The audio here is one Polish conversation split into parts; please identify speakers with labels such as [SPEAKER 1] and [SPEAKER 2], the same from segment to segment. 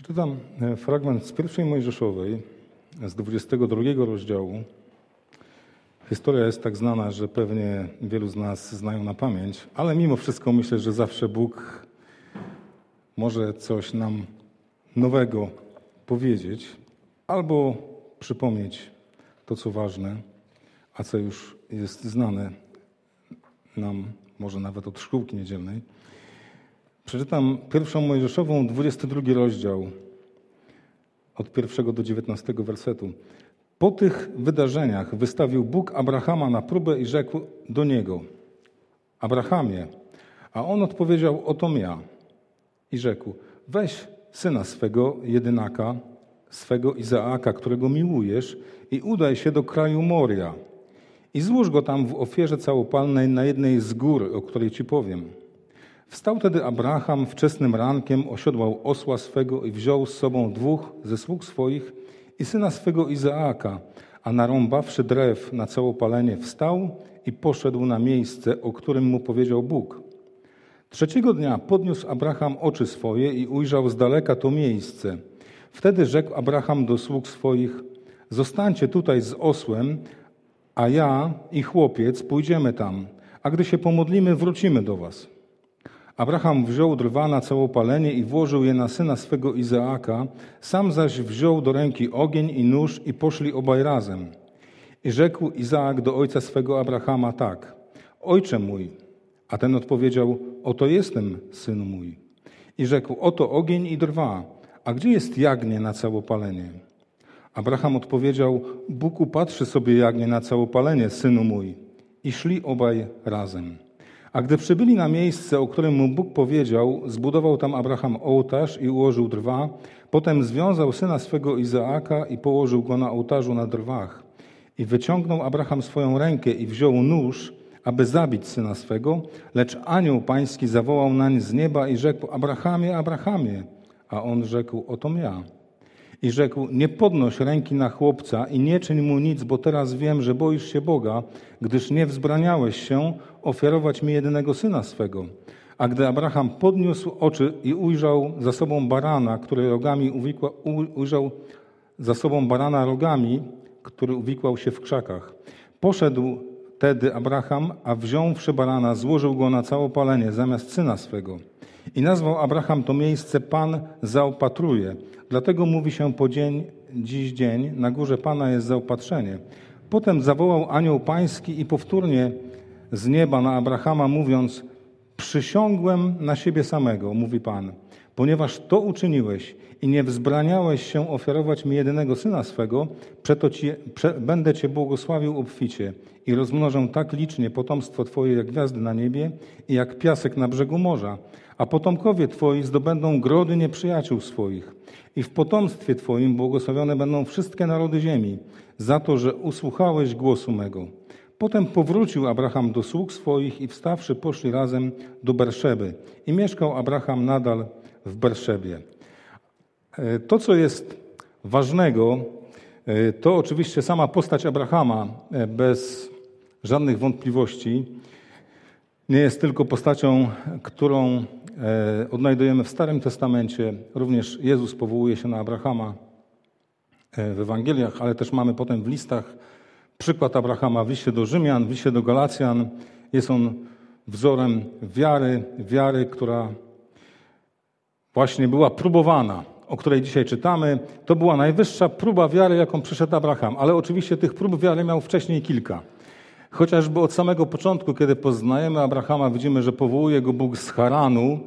[SPEAKER 1] Przeczytam fragment z pierwszej Mojżeszowej, z 22 rozdziału. Historia jest tak znana, że pewnie wielu z nas znają na pamięć, ale mimo wszystko myślę, że zawsze Bóg może coś nam nowego powiedzieć albo przypomnieć to, co ważne, a co już jest znane nam, może nawet od szkółki niedzielnej. Przeczytam pierwszą Mojżeszową, 22 rozdział, od 1 do 19 wersetu. Po tych wydarzeniach wystawił Bóg Abrahama na próbę i rzekł do niego: Abrahamie, a on odpowiedział: otom ja. I rzekł: weź syna swego jedynaka, swego Izaaka, którego miłujesz, i udaj się do kraju Moria i złóż go tam w ofierze całopalnej na jednej z gór, o której ci powiem. Wstał tedy Abraham wczesnym rankiem, osiodłał osła swego i wziął z sobą 2 ze sług swoich i syna swego Izaaka, a narąbawszy drew na całopalenie, wstał i poszedł na miejsce, o którym mu powiedział Bóg. 3 dnia podniósł Abraham oczy swoje i ujrzał z daleka to miejsce. Wtedy rzekł Abraham do sług swoich: zostańcie tutaj z osłem, a ja i chłopiec pójdziemy tam, a gdy się pomodlimy, wrócimy do was. Abraham wziął drwa na całopalenie i włożył je na syna swego Izaaka, sam zaś wziął do ręki ogień i nóż i poszli obaj razem. I rzekł Izaak do ojca swego Abrahama tak: ojcze mój. A ten odpowiedział: oto jestem, synu mój. I rzekł: oto ogień i drwa, a gdzie jest jagnię na całopalenie? Abraham odpowiedział: Bóg upatrzy sobie jagnię na całopalenie, synu mój. I szli obaj razem. A gdy przybyli na miejsce, o którym mu Bóg powiedział, zbudował tam Abraham ołtarz i ułożył drwa. Potem związał syna swego Izaaka i położył go na ołtarzu na drwach. I wyciągnął Abraham swoją rękę i wziął nóż, aby zabić syna swego, lecz anioł pański zawołał nań z nieba i rzekł: Abrahamie, Abrahamie. A on rzekł: otom ja. I rzekł: nie podnoś ręki na chłopca i nie czyń mu nic, bo teraz wiem, że boisz się Boga, gdyż nie wzbraniałeś się ofiarować mi jedynego syna swego. A gdy Abraham podniósł oczy i ujrzał za sobą barana, który uwikłał się w krzakach. Poszedł tedy Abraham, a wziąwszy barana, złożył go na całopalenie zamiast syna swego. I nazwał Abraham to miejsce: Pan zaopatruje. Dlatego mówi się dziś dzień, na górze Pana jest zaopatrzenie. Potem zawołał anioł pański i powtórnie z nieba na Abrahama, mówiąc: przysiągłem na siebie samego, mówi Pan, ponieważ to uczyniłeś i nie wzbraniałeś się ofiarować mi jedynego syna swego, przeto będę Cię błogosławił obficie i rozmnożę tak licznie potomstwo Twoje jak gwiazdy na niebie i jak piasek na brzegu morza, a potomkowie Twoi zdobędą grody nieprzyjaciół swoich. I w potomstwie Twoim błogosławione będą wszystkie narody ziemi, za to, że usłuchałeś głosu mego. Potem powrócił Abraham do sług swoich i wstawszy poszli razem do Berszeby. I mieszkał Abraham nadal w Berszebie. To, co jest ważnego, to oczywiście sama postać Abrahama, bez żadnych wątpliwości, nie jest tylko postacią, którą odnajdujemy w Starym Testamencie. Również Jezus powołuje się na Abrahama w Ewangeliach, ale też mamy potem w listach przykład Abrahama w liście do Rzymian, w liście do Galacjan. Jest on wzorem wiary, która właśnie była próbowana, o której dzisiaj czytamy. To była najwyższa próba wiary, jaką przeszedł Abraham, ale oczywiście tych prób wiary miał wcześniej kilka. Chociażby od samego początku, kiedy poznajemy Abrahama, widzimy, że powołuje go Bóg z Haranu,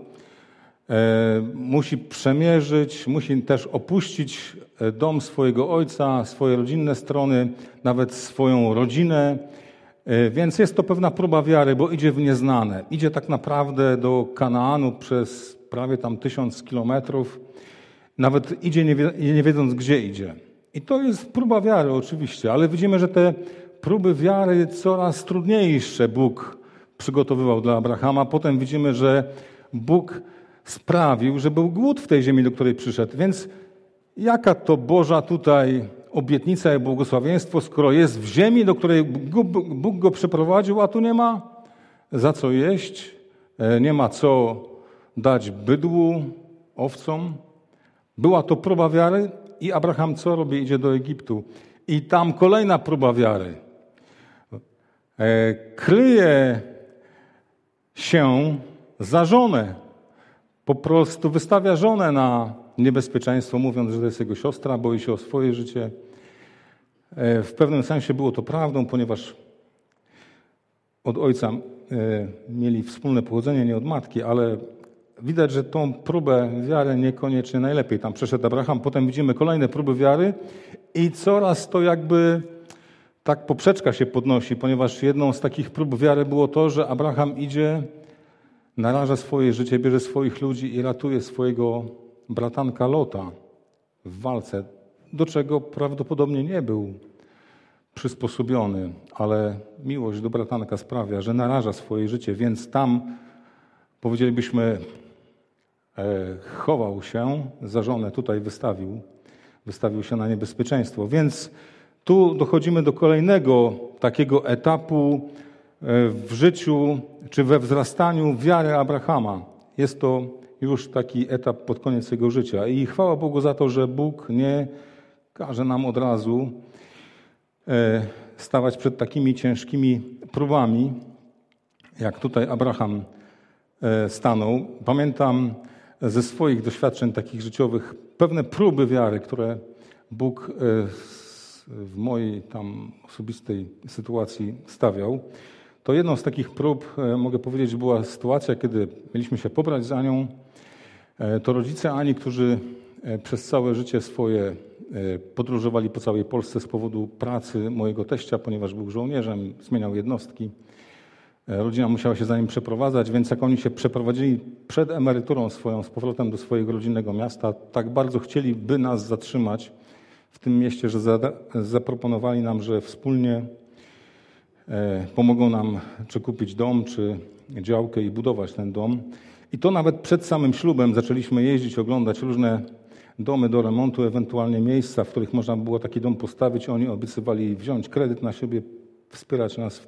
[SPEAKER 1] musi przemierzyć, musi też opuścić dom swojego ojca, swoje rodzinne strony, nawet swoją rodzinę, więc jest to pewna próba wiary, bo idzie w nieznane. Idzie tak naprawdę do Kanaanu przez prawie tam 1000 kilometrów, nawet idzie nie wiedząc, gdzie idzie. I to jest próba wiary oczywiście, ale widzimy, że te próby wiary coraz trudniejsze Bóg przygotowywał dla Abrahama. Potem widzimy, że Bóg sprawił, że był głód w tej ziemi, do której przyszedł. Więc jaka to Boża tutaj obietnica i błogosławieństwo, skoro jest w ziemi, do której Bóg go przyprowadził, a tu nie ma za co jeść, nie ma co dać bydłu, owcom, Była to próba wiary i Abraham co robi? Idzie do Egiptu. I tam kolejna próba wiary. Kryje się za żonę. Po prostu wystawia żonę na niebezpieczeństwo, mówiąc, że to jest jego siostra, boi się o swoje życie. W pewnym sensie było to prawdą, ponieważ od ojca mieli wspólne pochodzenie, nie od matki, ale widać, że tą próbę wiary niekoniecznie najlepiej tam przeszedł Abraham. Potem widzimy kolejne próby wiary i coraz to jakby tak poprzeczka się podnosi, ponieważ jedną z takich prób wiary było to, że Abraham idzie, naraża swoje życie, bierze swoich ludzi i ratuje swojego bratanka Lota w walce, do czego prawdopodobnie nie był przysposobiony, ale miłość do bratanka sprawia, że naraża swoje życie, więc tam, powiedzielibyśmy, chował się za żonę, tutaj wystawił się na niebezpieczeństwo. Więc tu dochodzimy do kolejnego takiego etapu w życiu, czy we wzrastaniu wiary Abrahama. Jest to już taki etap pod koniec jego życia. I chwała Bogu za to, że Bóg nie każe nam od razu stawać przed takimi ciężkimi próbami, jak tutaj Abraham stanął. Pamiętam ze swoich doświadczeń takich życiowych pewne próby wiary, które Bóg w mojej tam osobistej sytuacji stawiał. To jedną z takich prób, mogę powiedzieć, była sytuacja, kiedy mieliśmy się pobrać z Anią. To rodzice Ani, którzy przez całe życie swoje podróżowali po całej Polsce z powodu pracy mojego teścia, ponieważ był żołnierzem, zmieniał jednostki. Rodzina musiała się za nim przeprowadzać, więc jak oni się przeprowadzili przed emeryturą swoją z powrotem do swojego rodzinnego miasta, tak bardzo chcieli, by nas zatrzymać w tym mieście, że zaproponowali nam, że wspólnie pomogą nam czy kupić dom, czy działkę i budować ten dom. I to nawet przed samym ślubem zaczęliśmy jeździć, oglądać różne domy do remontu, ewentualnie miejsca, w których można było taki dom postawić. Oni obiecywali wziąć kredyt na siebie, wspierać nas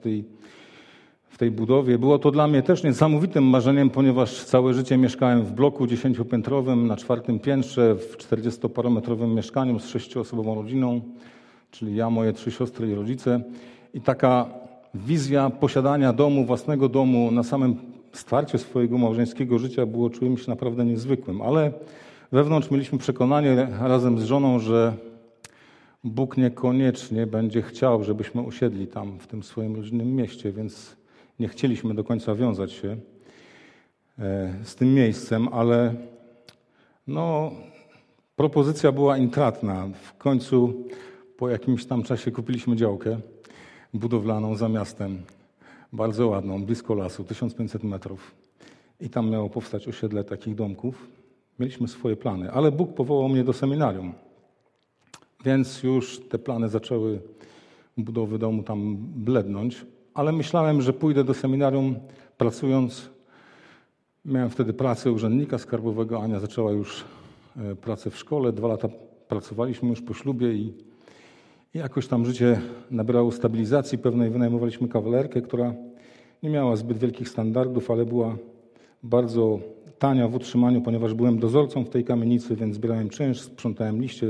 [SPEAKER 1] w tej budowie. Było to dla mnie też niesamowitym marzeniem, ponieważ całe życie mieszkałem w bloku 10-piętrowym na 4. piętrze, w 40-parometrowym mieszkaniu z 6-osobową rodziną, czyli ja, moje 3 siostry i rodzice. I taka wizja posiadania domu, własnego domu na samym starcie swojego małżeńskiego życia było czymś naprawdę niezwykłym. Ale wewnątrz mieliśmy przekonanie razem z żoną, że Bóg niekoniecznie będzie chciał, żebyśmy usiedli tam w tym swoim rodzinnym mieście, więc nie chcieliśmy do końca wiązać się z tym miejscem, ale propozycja była intratna. W końcu po jakimś tam czasie kupiliśmy działkę budowlaną za miastem, bardzo ładną, blisko lasu, 1500 metrów. I tam miało powstać osiedle takich domków. Mieliśmy swoje plany, ale Bóg powołał mnie do seminarium. Więc już te plany zaczęły budowy domu tam blednąć. Ale myślałem, że pójdę do seminarium pracując. Miałem wtedy pracę urzędnika skarbowego. Ania zaczęła już pracę w szkole. 2 lata pracowaliśmy już po ślubie i jakoś tam życie nabrało stabilizacji pewnej. Wynajmowaliśmy kawalerkę, która nie miała zbyt wielkich standardów, ale była bardzo tania w utrzymaniu, ponieważ byłem dozorcą w tej kamienicy, więc zbierałem czynsz, sprzątałem liście,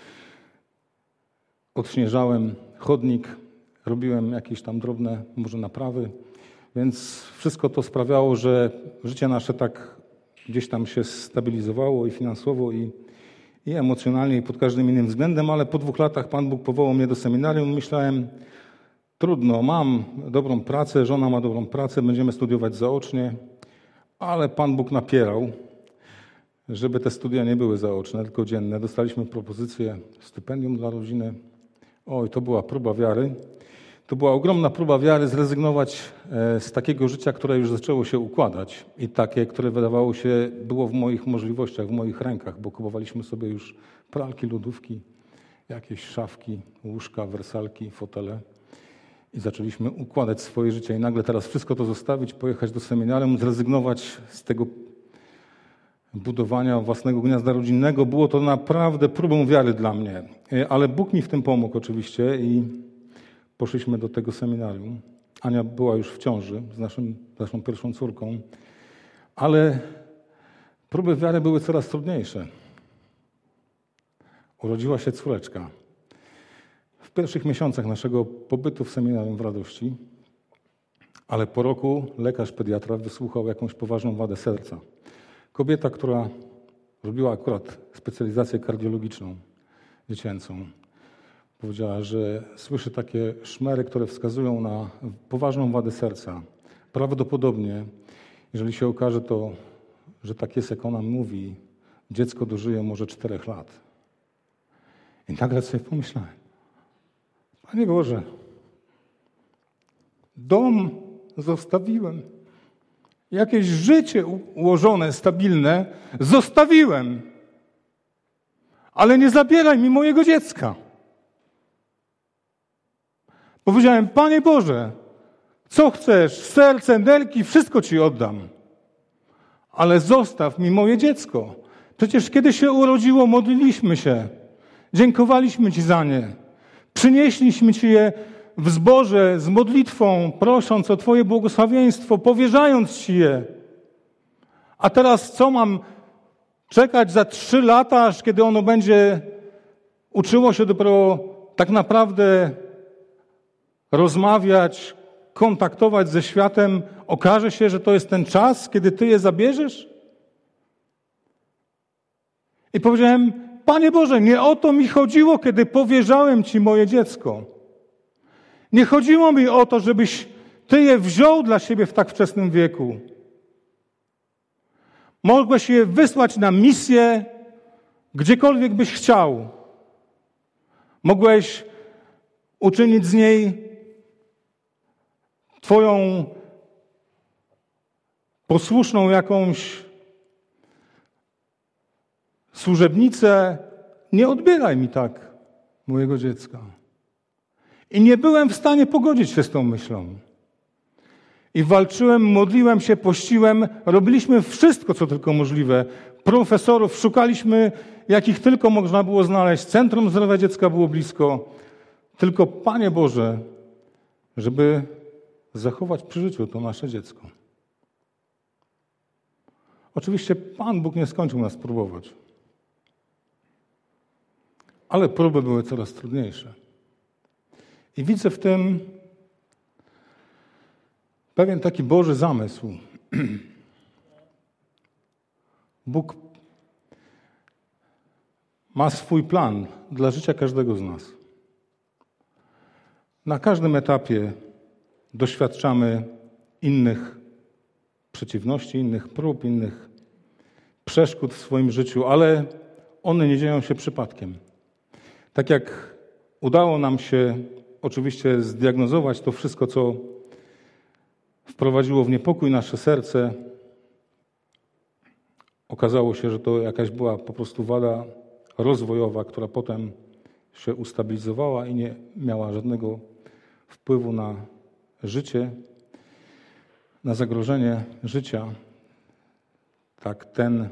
[SPEAKER 1] odśnieżałem chodnik, robiłem jakieś tam drobne może naprawy, więc wszystko to sprawiało, że życie nasze tak gdzieś tam się stabilizowało i finansowo, i emocjonalnie, i pod każdym innym względem, ale po 2 latach Pan Bóg powołał mnie do seminarium. Myślałem, trudno, mam dobrą pracę, żona ma dobrą pracę, będziemy studiować zaocznie, ale Pan Bóg napierał, żeby te studia nie były zaoczne, tylko dzienne. Dostaliśmy propozycję stypendium dla rodziny. Oj, to była próba wiary. To była ogromna próba wiary zrezygnować z takiego życia, które już zaczęło się układać i takie, które wydawało się było w moich możliwościach, w moich rękach, bo kupowaliśmy sobie już pralki, lodówki, jakieś szafki, łóżka, wersalki, fotele i zaczęliśmy układać swoje życie i nagle teraz wszystko to zostawić, pojechać do seminarium, zrezygnować z tego budowania własnego gniazda rodzinnego. Było to naprawdę próbą wiary dla mnie, ale Bóg mi w tym pomógł oczywiście i poszliśmy do tego seminarium. Ania była już w ciąży z naszą pierwszą córką, ale próby wiary były coraz trudniejsze. urodziła się córeczka. W pierwszych miesiącach naszego pobytu w seminarium w Radości, ale po roku lekarz pediatra wysłuchał jakąś poważną wadę serca. Kobieta, która robiła akurat specjalizację kardiologiczną dziecięcą, powiedziała, że słyszy takie szmery, które wskazują na poważną wadę serca. Prawdopodobnie, jeżeli się okaże to, że tak jest, jak ona mówi, dziecko dożyje może 4 lat. I nagle sobie pomyślałem, Panie Boże, dom zostawiłem, jakieś życie ułożone, stabilne zostawiłem, ale nie zabieraj mi mojego dziecka. Powiedziałem, Panie Boże, co chcesz, serce, nerki, wszystko Ci oddam, ale zostaw mi moje dziecko. Przecież kiedy się urodziło, modliliśmy się, dziękowaliśmy Ci za nie, przynieśliśmy Ci je w zborze z modlitwą, prosząc o Twoje błogosławieństwo, powierzając Ci je. A teraz co mam czekać za 3 lata, aż kiedy ono będzie uczyło się dopiero tak naprawdę rozmawiać, kontaktować ze światem, okaże się, że to jest ten czas, kiedy Ty je zabierzesz? I powiedziałem, Panie Boże, nie o to mi chodziło, kiedy powierzałem Ci moje dziecko. Nie chodziło mi o to, żebyś Ty je wziął dla siebie w tak wczesnym wieku. Mogłeś je wysłać na misję, gdziekolwiek byś chciał. Mogłeś uczynić z niej Twoją posłuszną jakąś służebnicę. Nie odbieraj mi tak mojego dziecka. I nie byłem w stanie pogodzić się z tą myślą. I walczyłem, modliłem się, pościłem, robiliśmy wszystko, co tylko możliwe. Profesorów szukaliśmy, jakich tylko można było znaleźć. Centrum Zdrowia Dziecka było blisko. Tylko, Panie Boże, żeby zachować przy życiu to nasze dziecko. Oczywiście Pan Bóg nie skończył nas próbować. Ale próby były coraz trudniejsze. I widzę w tym pewien taki Boży zamysł. Bóg ma swój plan dla życia każdego z nas. Na każdym etapie doświadczamy innych przeciwności, innych prób, innych przeszkód w swoim życiu, ale one nie dzieją się przypadkiem. Tak jak udało nam się oczywiście zdiagnozować to wszystko, co wprowadziło w niepokój nasze serce, okazało się, że to jakaś była po prostu wada rozwojowa, która potem się ustabilizowała i nie miała żadnego wpływu na życie, na zagrożenie życia. Tak, ten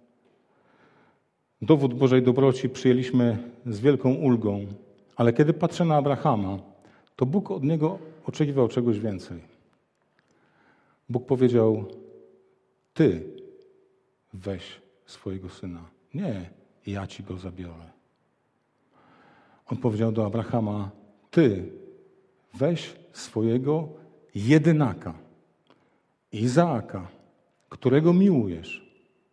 [SPEAKER 1] dowód Bożej dobroci przyjęliśmy z wielką ulgą, ale kiedy patrzę na Abrahama, to Bóg od niego oczekiwał czegoś więcej. Bóg powiedział, Ty weź swojego syna. Nie, ja Ci go zabiorę. On powiedział do Abrahama, Ty weź swojego jedynaka, Izaaka, którego miłujesz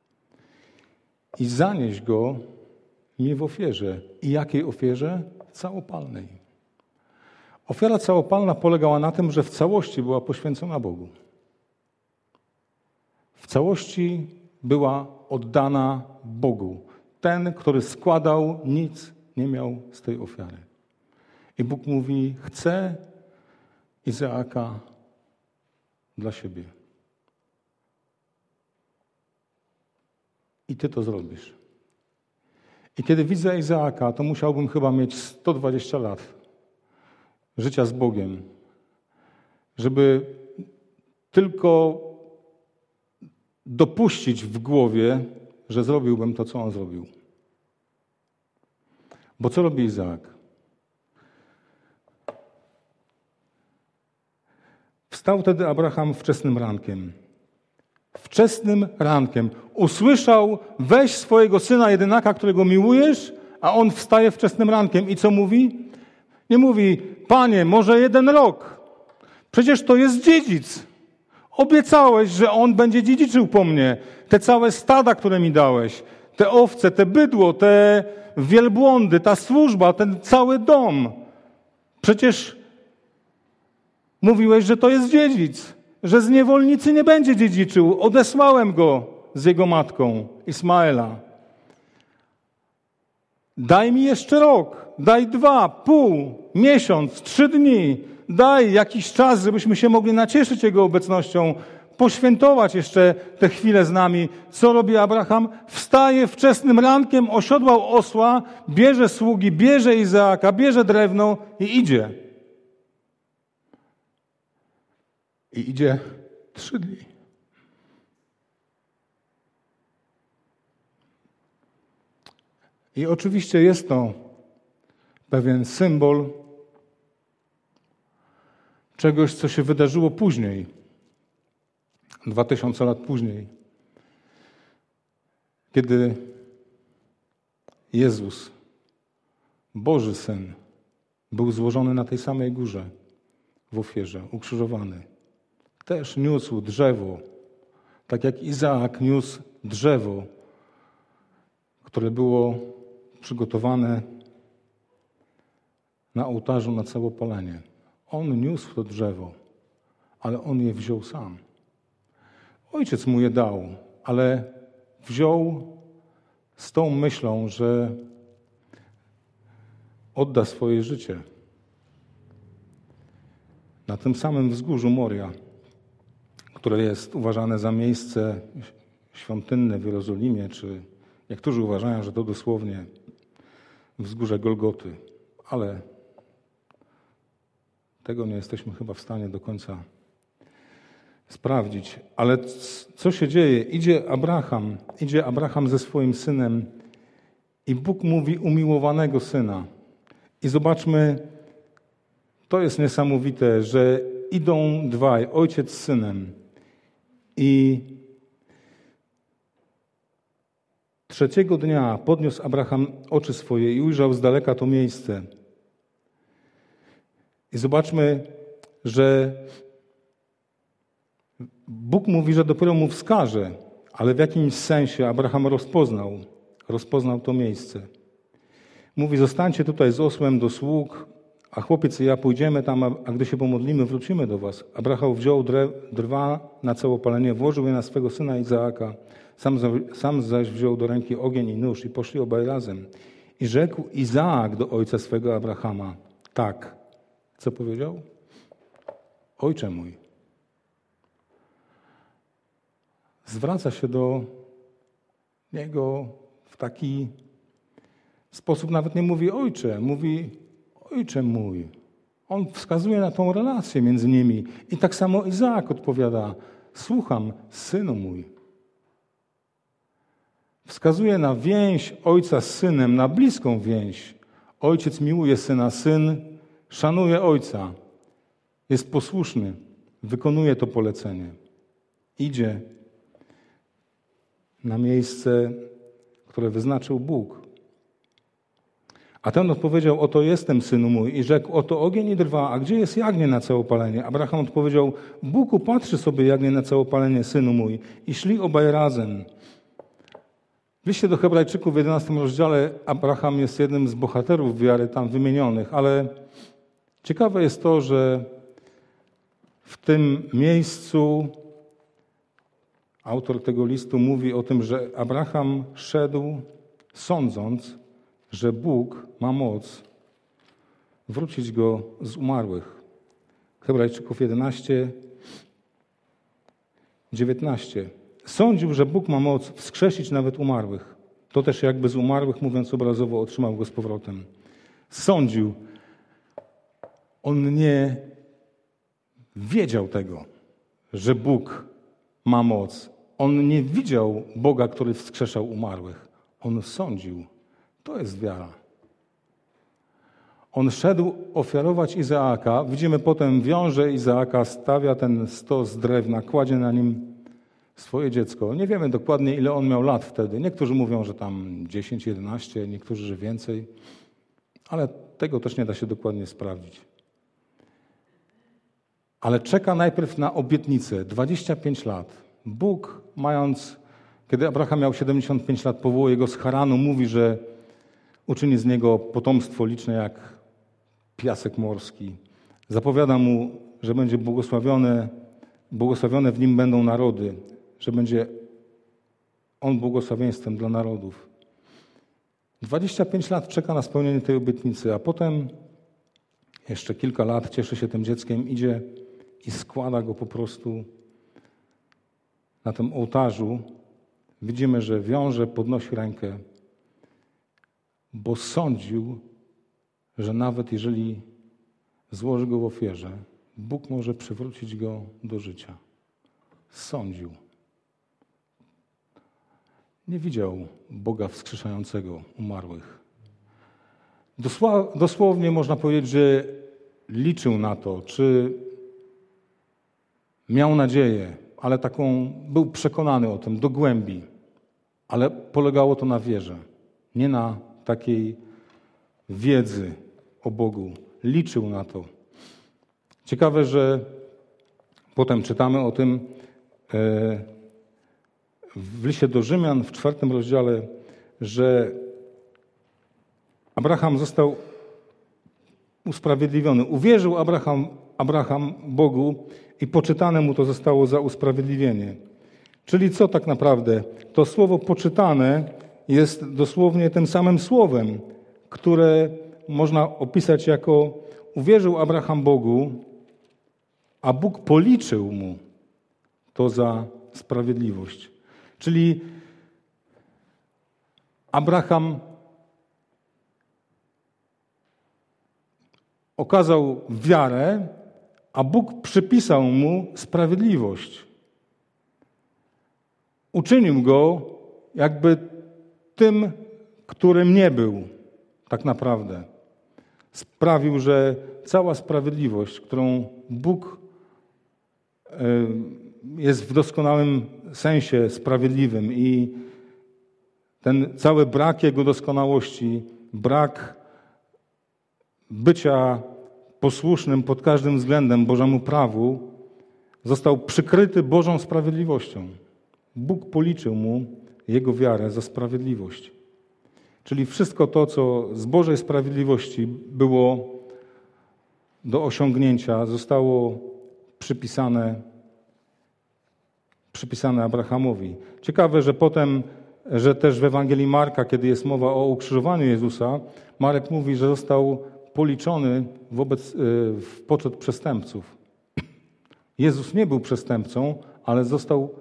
[SPEAKER 1] i zanieś go mi w ofierze. I jakiej ofierze? Całopalnej. Ofiara całopalna polegała na tym, że w całości była poświęcona Bogu. W całości była oddana Bogu. Ten, który składał, nic nie miał z tej ofiary. I Bóg mówi, chcę Izaaka dla siebie. I Ty to zrobisz. I kiedy widzę Izaaka, to musiałbym chyba mieć 120 lat życia z Bogiem, żeby tylko dopuścić w głowie, że zrobiłbym to, co on zrobił. Bo co robi Izaak? Wstał wtedy Abraham wczesnym rankiem. Wczesnym rankiem usłyszał, weź swojego syna jedynaka, którego miłujesz, a on wstaje wczesnym rankiem i co mówi? Nie mówi: Panie, może 1 rok. Przecież to jest dziedzic. Obiecałeś, że on będzie dziedziczył po mnie. Te całe stada, które mi dałeś, te owce, te bydło, te wielbłądy, ta służba, ten cały dom. Przecież mówiłeś, że to jest dziedzic, że z niewolnicy nie będzie dziedziczył. Odesłałem go z jego matką, Ismaela. Daj mi jeszcze rok, daj 2, pół, miesiąc, 3 dni. Daj jakiś czas, żebyśmy się mogli nacieszyć Jego obecnością, poświętować jeszcze te chwile z nami. Co robi Abraham? Wstaje wczesnym rankiem, osiodłał osła, bierze sługi, bierze Izaaka, bierze drewno i idzie. I idzie 3 dni. I oczywiście jest to pewien symbol czegoś, co się wydarzyło później, 2000 lat później, kiedy Jezus, Boży Syn, był złożony na tej samej górze w ofierze, ukrzyżowany. Też niósł drzewo, tak jak Izaak niósł drzewo, które było przygotowane na ołtarzu na całopalenie. On niósł to drzewo, ale on je wziął sam. Ojciec mu je dał, ale wziął z tą myślą, że odda swoje życie. Na tym samym wzgórzu Moria, które jest uważane za miejsce świątynne w Jerozolimie, czy niektórzy uważają, że to dosłownie wzgórze Golgoty, ale tego nie jesteśmy chyba w stanie do końca sprawdzić. Ale co się dzieje? Idzie Abraham ze swoim synem i Bóg mówi: umiłowanego syna. I zobaczmy, to jest niesamowite, że idą dwaj, ojciec z synem. I 3. dnia podniósł Abraham oczy swoje i ujrzał z daleka to miejsce. I zobaczmy, że Bóg mówi, że dopiero mu wskaże, ale w jakimś sensie Abraham rozpoznał to miejsce. Mówi: zostańcie tutaj z osłem do sług, a chłopiec i ja pójdziemy tam, a gdy się pomodlimy, wrócimy do was. Abraham wziął drwa na całopalenie, włożył je na swego syna Izaaka, sam zaś wziął do ręki ogień i nóż i poszli obaj razem. I rzekł Izaak do ojca swego Abrahama: tak. Co powiedział? Ojcze mój. Zwraca się do niego w taki sposób, nawet nie mówi ojcze, mówi ojcze mój. On wskazuje na tą relację między nimi. I tak samo Izaak odpowiada: słucham, synu mój. Wskazuje na więź ojca z synem, na bliską więź. Ojciec miłuje syna, syn szanuje ojca. Jest posłuszny, wykonuje to polecenie. Idzie na miejsce, które wyznaczył Bóg. A ten odpowiedział: oto jestem, synu mój. I rzekł: oto ogień i drwa, a gdzie jest jagnię na całopalenie? Abraham odpowiedział: Bóg upatrzy sobie jagnię na całopalenie, synu mój. I szli obaj razem. W liście do Hebrajczyków w 11 rozdziale Abraham jest jednym z bohaterów wiary tam wymienionych, ale ciekawe jest to, że w tym miejscu autor tego listu mówi o tym, że Abraham szedł sądząc, że Bóg ma moc wrócić go z umarłych. Hebrajczyków 11, 19. Sądził, że Bóg ma moc wskrzesić nawet umarłych. To też jakby z umarłych, mówiąc obrazowo, otrzymał go z powrotem. Sądził. On nie wiedział tego, że Bóg ma moc. On nie widział Boga, który wskrzeszał umarłych. On sądził. To jest wiara. On szedł ofiarować Izaaka. Widzimy potem, wiąże Izaaka, stawia ten stos drewna, kładzie na nim swoje dziecko. Nie wiemy dokładnie, ile on miał lat wtedy. Niektórzy mówią, że tam 10, 11, niektórzy, że więcej, ale tego też nie da się dokładnie sprawdzić. Ale czeka najpierw na obietnicę. 25 lat. Bóg, kiedy Abraham miał 75 lat, powołuje go z Haranu, mówi, że uczyni z niego potomstwo liczne jak piasek morski. Zapowiada mu, że będzie błogosławione w nim będą narody, że będzie on błogosławieństwem dla narodów. 25 lat czeka na spełnienie tej obietnicy, a potem jeszcze kilka lat cieszy się tym dzieckiem, idzie i składa go po prostu na tym ołtarzu. Widzimy, że wiąże, podnosi rękę, bo sądził, że nawet jeżeli złoży go w ofierze, Bóg może przywrócić go do życia. Sądził. Nie widział Boga wskrzeszającego umarłych. Dosłownie można powiedzieć, że liczył na to, czy miał nadzieję, ale był przekonany o tym do głębi. Ale polegało to na wierze, nie na takiej wiedzy o Bogu. Liczył na to. Ciekawe, że potem czytamy o tym w liście do Rzymian w 4 rozdziale, że Abraham został usprawiedliwiony. Uwierzył Abraham Bogu i poczytane mu to zostało za usprawiedliwienie. Czyli co tak naprawdę? To słowo poczytane jest dosłownie tym samym słowem, które można opisać jako uwierzył Abraham Bogu, a Bóg policzył mu to za sprawiedliwość. Czyli Abraham okazał wiarę, a Bóg przypisał mu sprawiedliwość. Uczynił go jakby tym, którym nie był tak naprawdę. Sprawił, że cała sprawiedliwość, którą Bóg jest w doskonałym sensie sprawiedliwym i ten cały brak Jego doskonałości, brak bycia posłusznym pod każdym względem Bożemu prawu, został przykryty Bożą sprawiedliwością. Bóg policzył mu jego wiarę za sprawiedliwość. Czyli wszystko to, co z Bożej sprawiedliwości było do osiągnięcia, zostało przypisane Abrahamowi. Ciekawe, że potem, że też w Ewangelii Marka, kiedy jest mowa o ukrzyżowaniu Jezusa, Marek mówi, że został policzony w poczet przestępców. Jezus nie był przestępcą, ale został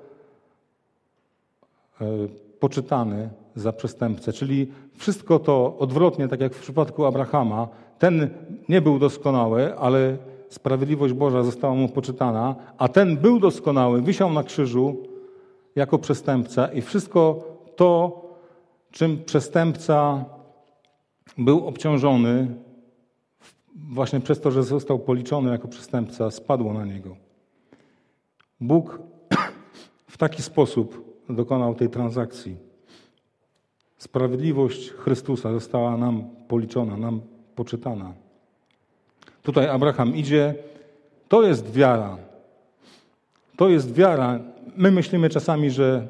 [SPEAKER 1] poczytany za przestępcę. Czyli wszystko to odwrotnie, tak jak w przypadku Abrahama, ten nie był doskonały, ale sprawiedliwość Boża została mu poczytana, a ten był doskonały, wisiał na krzyżu jako przestępca i wszystko to, czym przestępca był obciążony, właśnie przez to, że został policzony jako przestępca, spadło na niego. Bóg w taki sposób dokonał tej transakcji. Sprawiedliwość Chrystusa została nam policzona, nam poczytana. Tutaj Abraham idzie. To jest wiara. To jest wiara. My myślimy czasami, że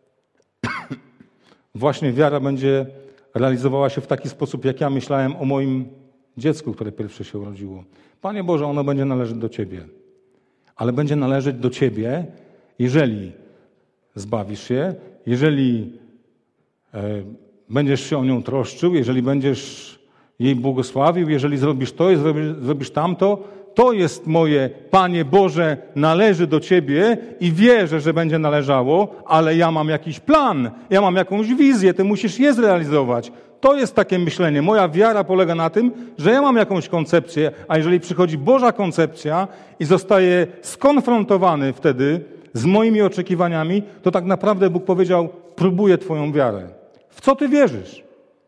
[SPEAKER 1] właśnie wiara będzie realizowała się w taki sposób, jak ja myślałem o moim dziecku, które pierwsze się urodziło. Panie Boże, ono będzie należeć do Ciebie. Ale będzie należeć do Ciebie, jeżeli zbawisz je, jeżeli będziesz się o nią troszczył, jeżeli będziesz jej błogosławił, jeżeli zrobisz to i zrobisz tamto, to jest moje, Panie Boże, należy do Ciebie i wierzę, że będzie należało, ale ja mam jakiś plan, ja mam jakąś wizję, Ty musisz je zrealizować. To jest takie myślenie. Moja wiara polega na tym, że ja mam jakąś koncepcję, a jeżeli przychodzi Boża koncepcja i zostaje skonfrontowany wtedy z moimi oczekiwaniami, to tak naprawdę Bóg powiedział, próbuję Twoją wiarę. W co Ty wierzysz?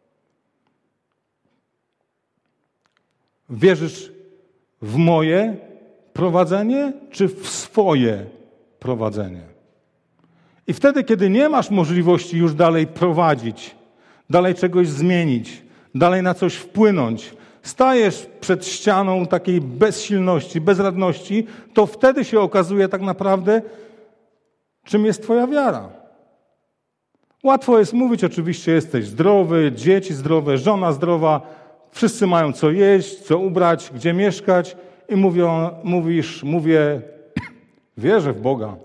[SPEAKER 1] Wierzysz w moje prowadzenie, czy w swoje prowadzenie? I wtedy, kiedy nie masz możliwości już dalej prowadzić, dalej czegoś zmienić, dalej na coś wpłynąć, stajesz przed ścianą takiej bezsilności, bezradności, to wtedy się okazuje tak naprawdę, czym jest twoja wiara. Łatwo jest mówić, oczywiście jesteś zdrowy, dzieci zdrowe, żona zdrowa, wszyscy mają co jeść, co ubrać, gdzie mieszkać i mówię, wierzę w Boga.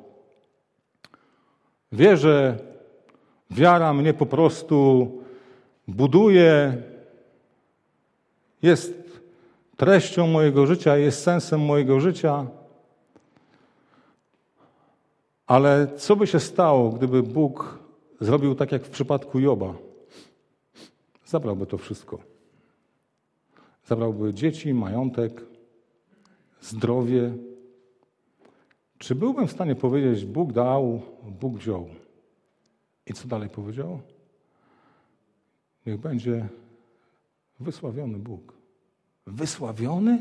[SPEAKER 1] Wierzę, wiara mnie po prostu buduje, jest treścią mojego życia, jest sensem mojego życia. Ale co by się stało, gdyby Bóg zrobił tak, jak w przypadku Joba? Zabrałby to wszystko. Zabrałby dzieci, majątek, zdrowie. Czy byłbym w stanie powiedzieć, Bóg dał, Bóg wziął? I co dalej powiedział? Niech będzie wysławiony Bóg. Wysławiony?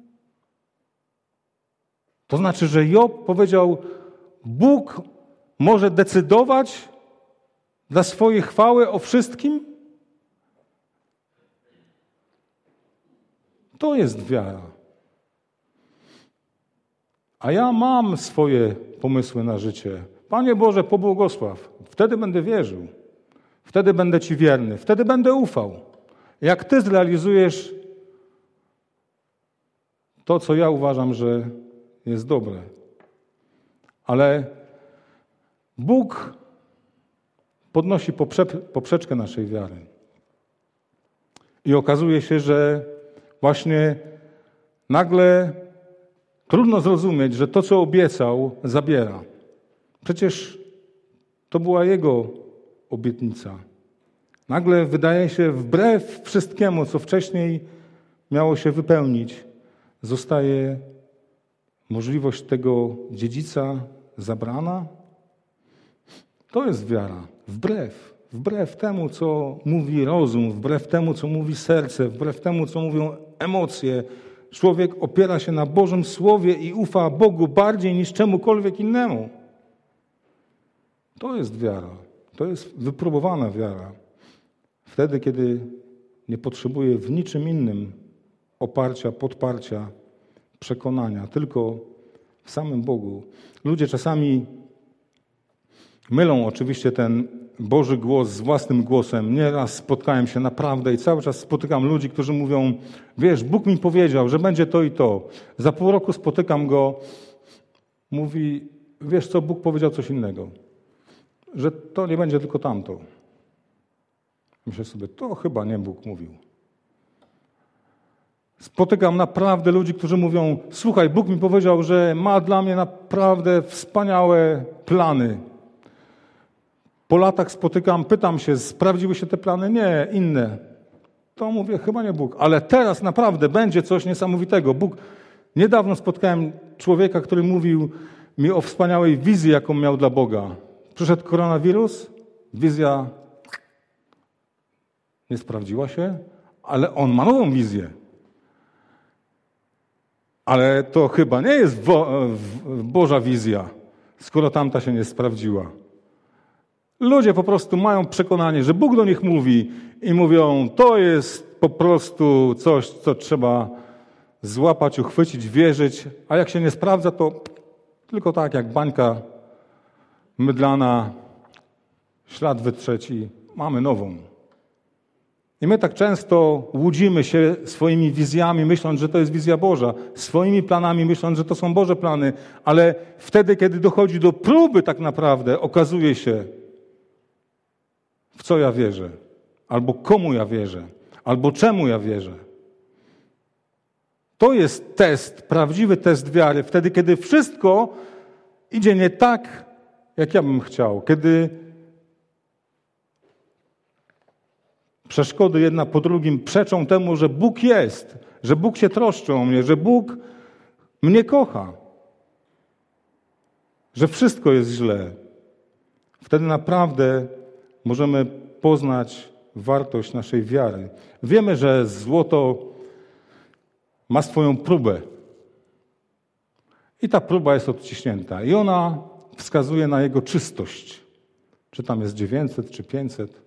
[SPEAKER 1] To znaczy, że Job powiedział, Bóg może decydować dla swojej chwały o wszystkim? To jest wiara. A ja mam swoje pomysły na życie. Panie Boże, pobłogosław. Wtedy będę wierzył. Wtedy będę Ci wierny. Wtedy będę ufał. Jak Ty zrealizujesz to, co ja uważam, że jest dobre. Ale Bóg podnosi poprzeczkę naszej wiary. I okazuje się, że właśnie nagle trudno zrozumieć, że to, co obiecał, zabiera. Przecież to była Jego obietnica. Nagle wydaje się, wbrew wszystkiemu, co wcześniej miało się wypełnić, zostaje możliwość tego dziedzica zabrana. To jest wiara. Wbrew temu, co mówi rozum, wbrew temu, co mówi serce, wbrew temu, co mówią emocje, człowiek opiera się na Bożym Słowie i ufa Bogu bardziej niż czemukolwiek innemu. To jest wiara. To jest wypróbowana wiara. Wtedy, kiedy nie potrzebuje w niczym innym oparcia, podparcia, przekonania, tylko w samym Bogu. Ludzie czasami mylą oczywiście ten Boży głos z własnym głosem. Nieraz spotkałem się naprawdę i cały czas spotykam ludzi, którzy mówią, wiesz, Bóg mi powiedział, że będzie to i to. Za pół roku spotykam go, mówi, wiesz co, Bóg powiedział coś innego. Że to nie będzie tylko tamto. Myślę sobie, to chyba nie Bóg mówił. Spotykam naprawdę ludzi, którzy mówią, słuchaj, Bóg mi powiedział, że ma dla mnie naprawdę wspaniałe plany. Po latach spotykam, pytam się, sprawdziły się te plany? Nie, inne. To mówię, chyba nie Bóg. Ale teraz naprawdę będzie coś niesamowitego. Bóg. Niedawno spotkałem człowieka, który mówił mi o wspaniałej wizji, jaką miał dla Boga. Przyszedł koronawirus, wizja nie sprawdziła się, ale on ma nową wizję. Ale to chyba nie jest Boża wizja, skoro tamta się nie sprawdziła. Ludzie po prostu mają przekonanie, że Bóg do nich mówi i mówią, to jest po prostu coś, co trzeba złapać, uchwycić, wierzyć, a jak się nie sprawdza, to tylko tak jak bańka mydlana, ślad wytrzeć i mamy nową. I my tak często łudzimy się swoimi wizjami, myśląc, że to jest wizja Boża, swoimi planami, myśląc, że to są Boże plany, ale wtedy, kiedy dochodzi do próby tak naprawdę, okazuje się, w co ja wierzę, albo komu ja wierzę, albo czemu ja wierzę. To jest test, prawdziwy test wiary, wtedy, kiedy wszystko idzie nie tak, jak ja bym chciał, kiedy przeszkody jedna po drugim przeczą temu, że Bóg jest, że Bóg się troszczy o mnie, że Bóg mnie kocha, że wszystko jest źle. Wtedy naprawdę możemy poznać wartość naszej wiary. Wiemy, że złoto ma swoją próbę. I ta próba jest odciśnięta. I ona wskazuje na jego czystość. czy tam jest 900, czy 500.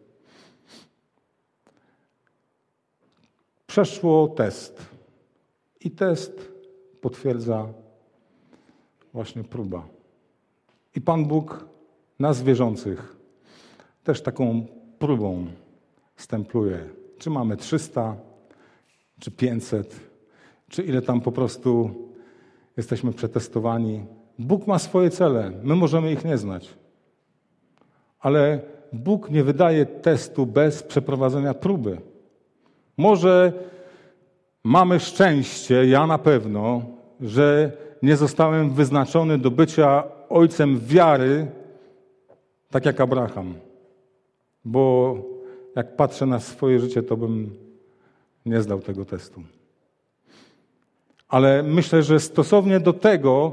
[SPEAKER 1] Przeszło test. I test potwierdza właśnie próba. I Pan Bóg nas wierzących też taką próbą stempluje. Czy mamy 300, czy 500, czy ile tam po prostu jesteśmy przetestowani. Bóg ma swoje cele, my możemy ich nie znać. Ale Bóg nie wydaje testu bez przeprowadzenia próby. Może mamy szczęście, ja na pewno, że nie zostałem wyznaczony do bycia ojcem wiary, tak jak Abraham. Bo jak patrzę na swoje życie, to bym nie zdał tego testu. Ale myślę, że stosownie do tego,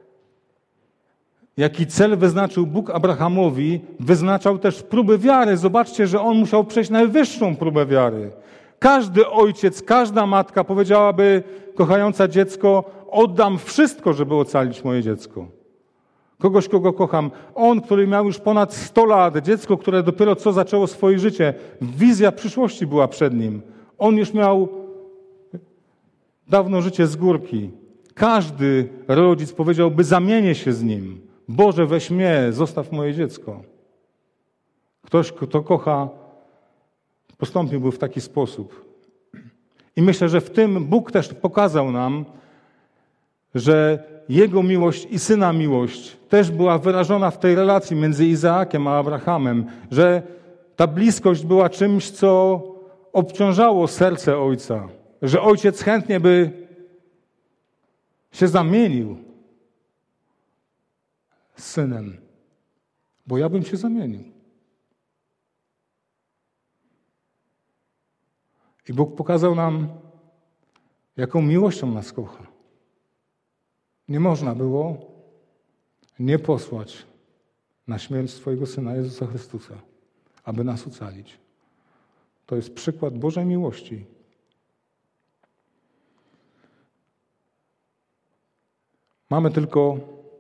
[SPEAKER 1] jaki cel wyznaczył Bóg Abrahamowi, wyznaczał też próby wiary. Zobaczcie, że on musiał przejść najwyższą próbę wiary. Każdy ojciec, każda matka powiedziałaby, kochająca dziecko, oddam wszystko, żeby ocalić moje dziecko. Kogoś, kogo kocham. On, który miał już ponad 100 lat, dziecko, które dopiero co zaczęło swoje życie, wizja przyszłości była przed nim. On już miał dawno życie z górki. Każdy rodzic powiedziałby, zamienię się z nim. Boże, weź mnie, zostaw moje dziecko. Ktoś, kto kocha, postąpiłby w taki sposób. I myślę, że w tym Bóg też pokazał nam, że Jego miłość i Syna miłość też była wyrażona w tej relacji między Izaakiem a Abrahamem, że ta bliskość była czymś, co obciążało serce ojca, że ojciec chętnie by się zamienił z synem, bo ja bym się zamienił. I Bóg pokazał nam, jaką miłością nas kocha. Nie można było nie posłać na śmierć swojego Syna Jezusa Chrystusa, aby nas ocalić. To jest przykład Bożej miłości. Mamy tylko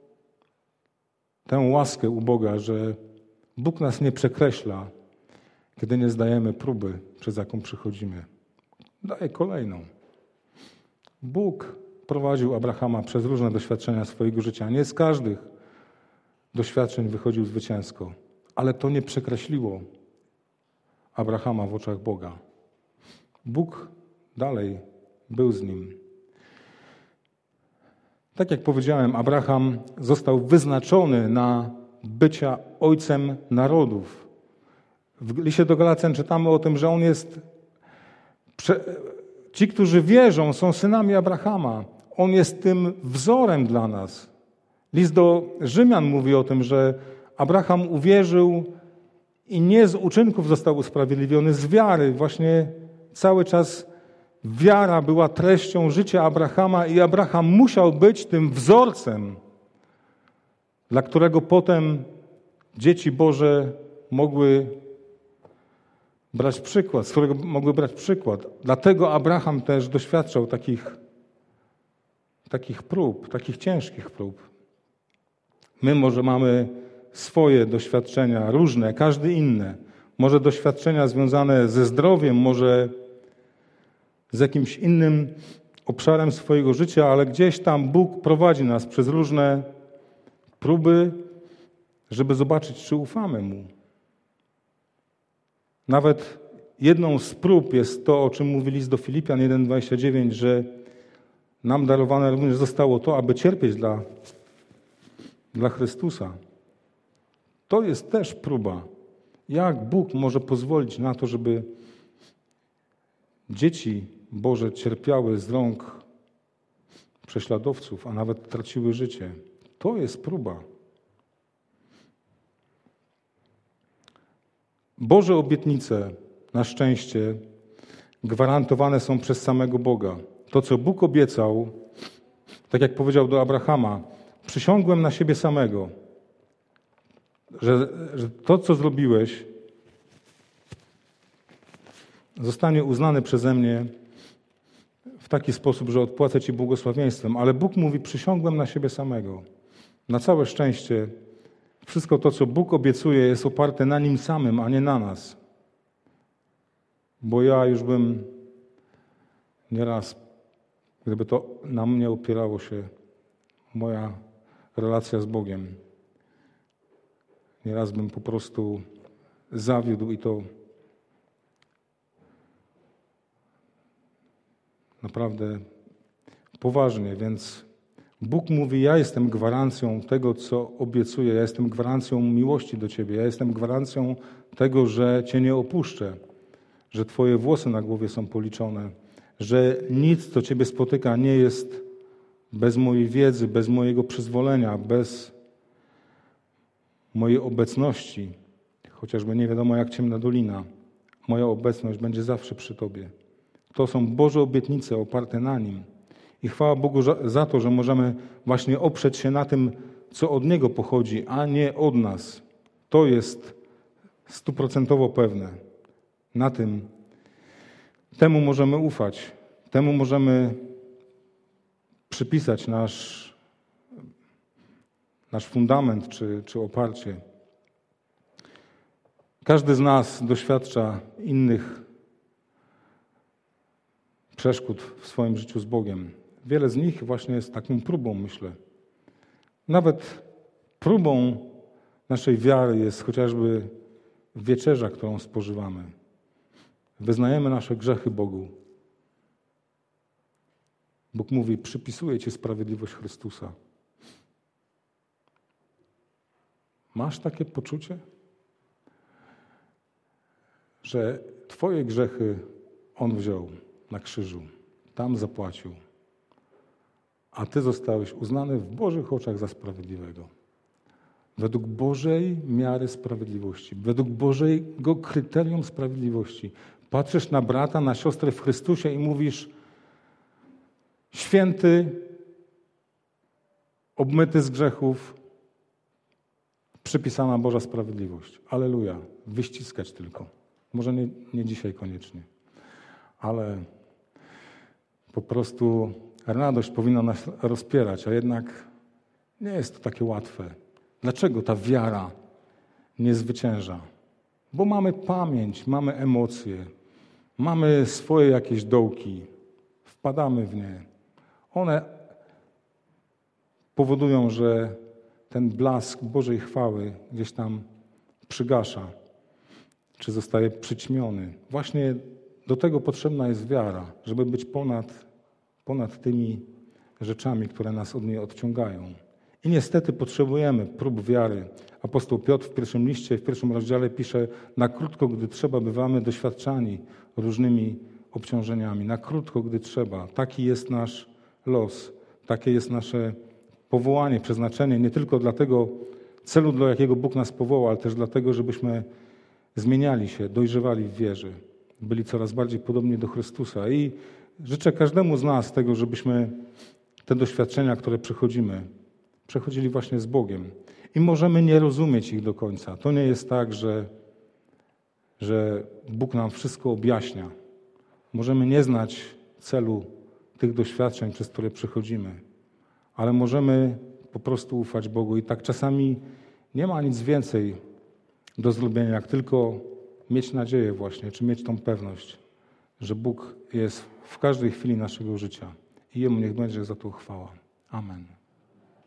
[SPEAKER 1] tę łaskę u Boga, że Bóg nas nie przekreśla, kiedy nie zdajemy próby, przez jaką przychodzimy. Daje kolejną. Bóg prowadził Abrahama przez różne doświadczenia swojego życia. Nie z każdych doświadczeń wychodził zwycięsko, ale to nie przekreśliło Abrahama w oczach Boga. Bóg dalej był z nim. Tak jak powiedziałem, Abraham został wyznaczony na bycia ojcem narodów. W liście do Galacjan czytamy o tym, że on jest... Ci, którzy wierzą, są synami Abrahama. On jest tym wzorem dla nas. List do Rzymian mówi o tym, że Abraham uwierzył i nie z uczynków został usprawiedliwiony, z wiary. Właśnie cały czas wiara była treścią życia Abrahama i Abraham musiał być tym wzorcem, dla którego potem dzieci Boże mogły brać przykład, z którego mogły brać przykład. Dlatego Abraham też doświadczał takich prób, takich ciężkich prób. My może mamy swoje doświadczenia, różne, każdy inne. Może doświadczenia związane ze zdrowiem, może z jakimś innym obszarem swojego życia, ale gdzieś tam Bóg prowadzi nas przez różne próby, żeby zobaczyć, czy ufamy Mu. Nawet jedną z prób jest to, o czym mówi list do Filipian 1,29, że nam darowane również zostało to, aby cierpieć dla Chrystusa. To jest też próba. Jak Bóg może pozwolić na to, żeby dzieci Boże cierpiały z rąk prześladowców, a nawet traciły życie? To jest próba. Boże obietnice, na szczęście, gwarantowane są przez samego Boga. To, co Bóg obiecał, tak jak powiedział do Abrahama, przysiągłem na siebie samego, że to, co zrobiłeś, zostanie uznane przeze mnie w taki sposób, że odpłacę Ci błogosławieństwem. Ale Bóg mówi, przysiągłem na siebie samego. Na całe szczęście Wszystko to, co Bóg obiecuje, jest oparte na Nim samym, a nie na nas. Bo ja już bym nieraz, gdyby to na mnie opierało się moja relacja z Bogiem, nieraz bym po prostu zawiódł i to naprawdę poważnie, więc Bóg mówi, ja jestem gwarancją tego, co obiecuję, ja jestem gwarancją miłości do Ciebie, ja jestem gwarancją tego, że Cię nie opuszczę, że Twoje włosy na głowie są policzone, że nic, co Ciebie spotyka, nie jest bez mojej wiedzy, bez mojego przyzwolenia, bez mojej obecności, chociażby nie wiadomo jak ciemna dolina, moja obecność będzie zawsze przy Tobie. To są Boże obietnice oparte na Nim. I chwała Bogu za to, że możemy właśnie oprzeć się na tym, co od Niego pochodzi, a nie od nas. To jest 100% pewne. Na tym, temu możemy ufać, temu możemy przypisać nasz fundament czy oparcie. Każdy z nas doświadcza innych przeszkód w swoim życiu z Bogiem. Wiele z nich właśnie jest taką próbą, myślę. Nawet próbą naszej wiary jest chociażby wieczerza, którą spożywamy. Wyznajemy nasze grzechy Bogu. Bóg mówi, przypisuję Ci sprawiedliwość Chrystusa. Masz takie poczucie, że Twoje grzechy On wziął na krzyżu, tam zapłacił, a Ty zostałeś uznany w Bożych oczach za sprawiedliwego. Według Bożej miary sprawiedliwości, według Bożego kryterium sprawiedliwości. Patrzysz na brata, na siostrę w Chrystusie i mówisz, święty, obmyty z grzechów, przypisana Boża sprawiedliwość. Alleluja. Wyściskać tylko. Może nie dzisiaj koniecznie, ale po prostu radość powinna nas rozpierać, a jednak nie jest to takie łatwe. Dlaczego ta wiara nie zwycięża? Bo mamy pamięć, mamy emocje, mamy swoje jakieś dołki, wpadamy w nie. One powodują, że ten blask Bożej chwały gdzieś tam przygasza, czy zostaje przyćmiony. Właśnie do tego potrzebna jest wiara, żeby być ponad tymi rzeczami, które nas od niej odciągają. I niestety potrzebujemy prób wiary. Apostoł Piotr w pierwszym liście, w pierwszym rozdziale pisze, na krótko, gdy trzeba, bywamy doświadczani różnymi obciążeniami. Na krótko, gdy trzeba. Taki jest nasz los. Takie jest nasze powołanie, przeznaczenie. Nie tylko dla tego celu, dla jakiego Bóg nas powołał, ale też dlatego, żebyśmy zmieniali się, dojrzewali w wierze. Byli coraz bardziej podobni do Chrystusa. I życzę każdemu z nas tego, żebyśmy te doświadczenia, które przechodzili właśnie z Bogiem. I możemy nie rozumieć ich do końca. To nie jest tak, że Bóg nam wszystko objaśnia. Możemy nie znać celu tych doświadczeń, przez które przechodzimy, ale możemy po prostu ufać Bogu. I tak czasami nie ma nic więcej do zrobienia, jak tylko mieć nadzieję właśnie, czy mieć tą pewność, że Bóg jest w każdej chwili naszego życia. I Jemu niech będzie za to chwała. Amen.